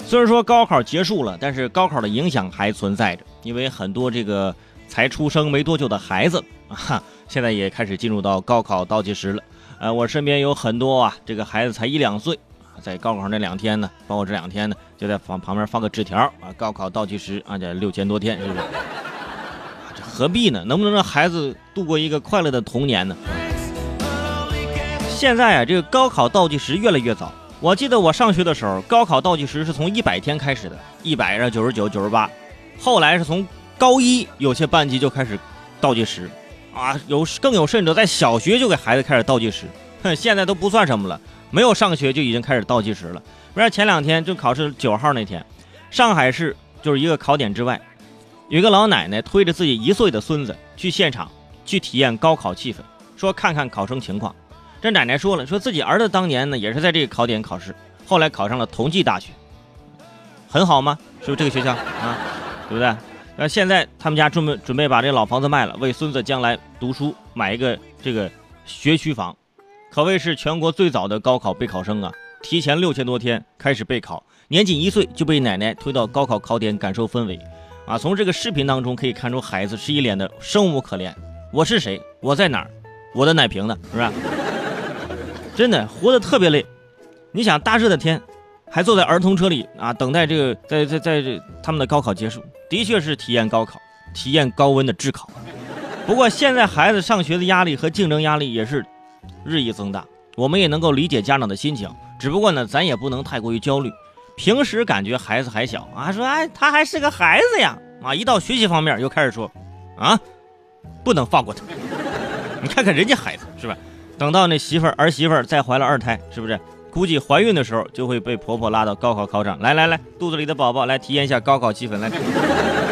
虽然说高考结束了，但是高考的影响还存在着，因为很多这个才出生没多久的孩子现在也开始进入到高考倒计时了。我身边有很多这个孩子才1、2岁，在高考那2天呢，包括这2天呢，就在旁边放个纸条高考倒计时这6000多天，是不是？这何必呢？能不能让孩子度过一个快乐的童年呢？现在这个高考倒计时越来越早。我记得我上学的时候，高考倒计时是从100天开始的，100让99、98，后来是从高1有些班级就开始倒计时更有甚者在小学就给孩子开始倒计时，现在都不算什么了，没有上学就已经开始倒计时了。不然前2天就考试9号那天，上海市就是一个考点之外，有一个老奶奶推着自己1岁的孙子去现场去体验高考气氛，说看看考生情况。这奶奶说了，说自己儿子当年呢也是在这个考点考试，后来考上了同济大学，很好吗？是不是这个学校对不对？现在他们家准备把这个老房子卖了，为孙子将来读书买一个这个学区房，可谓是全国最早的高考备考生提前6000多天开始备考，年仅1岁就被奶奶推到高考考点感受氛围从这个视频当中可以看出孩子是一脸的生无可恋，我是谁？我在哪儿？我的奶瓶呢？是吧？真的活得特别累。你想大热的天还坐在儿童车里等待这个在他们的高考结束，的确是体验高考，体验高温的炙烤。不过现在孩子上学的压力和竞争压力也是日益增大，我们也能够理解家长的心情，只不过呢咱也不能太过于焦虑。平时感觉孩子还小说他还是个孩子呀一到学习方面又开始说不能放过他。你看看人家孩子是吧？等到那儿媳妇再怀了2胎，是不是？估计怀孕的时候就会被婆婆拉到高考考场，来，肚子里的宝宝来体验一下高考气氛，来。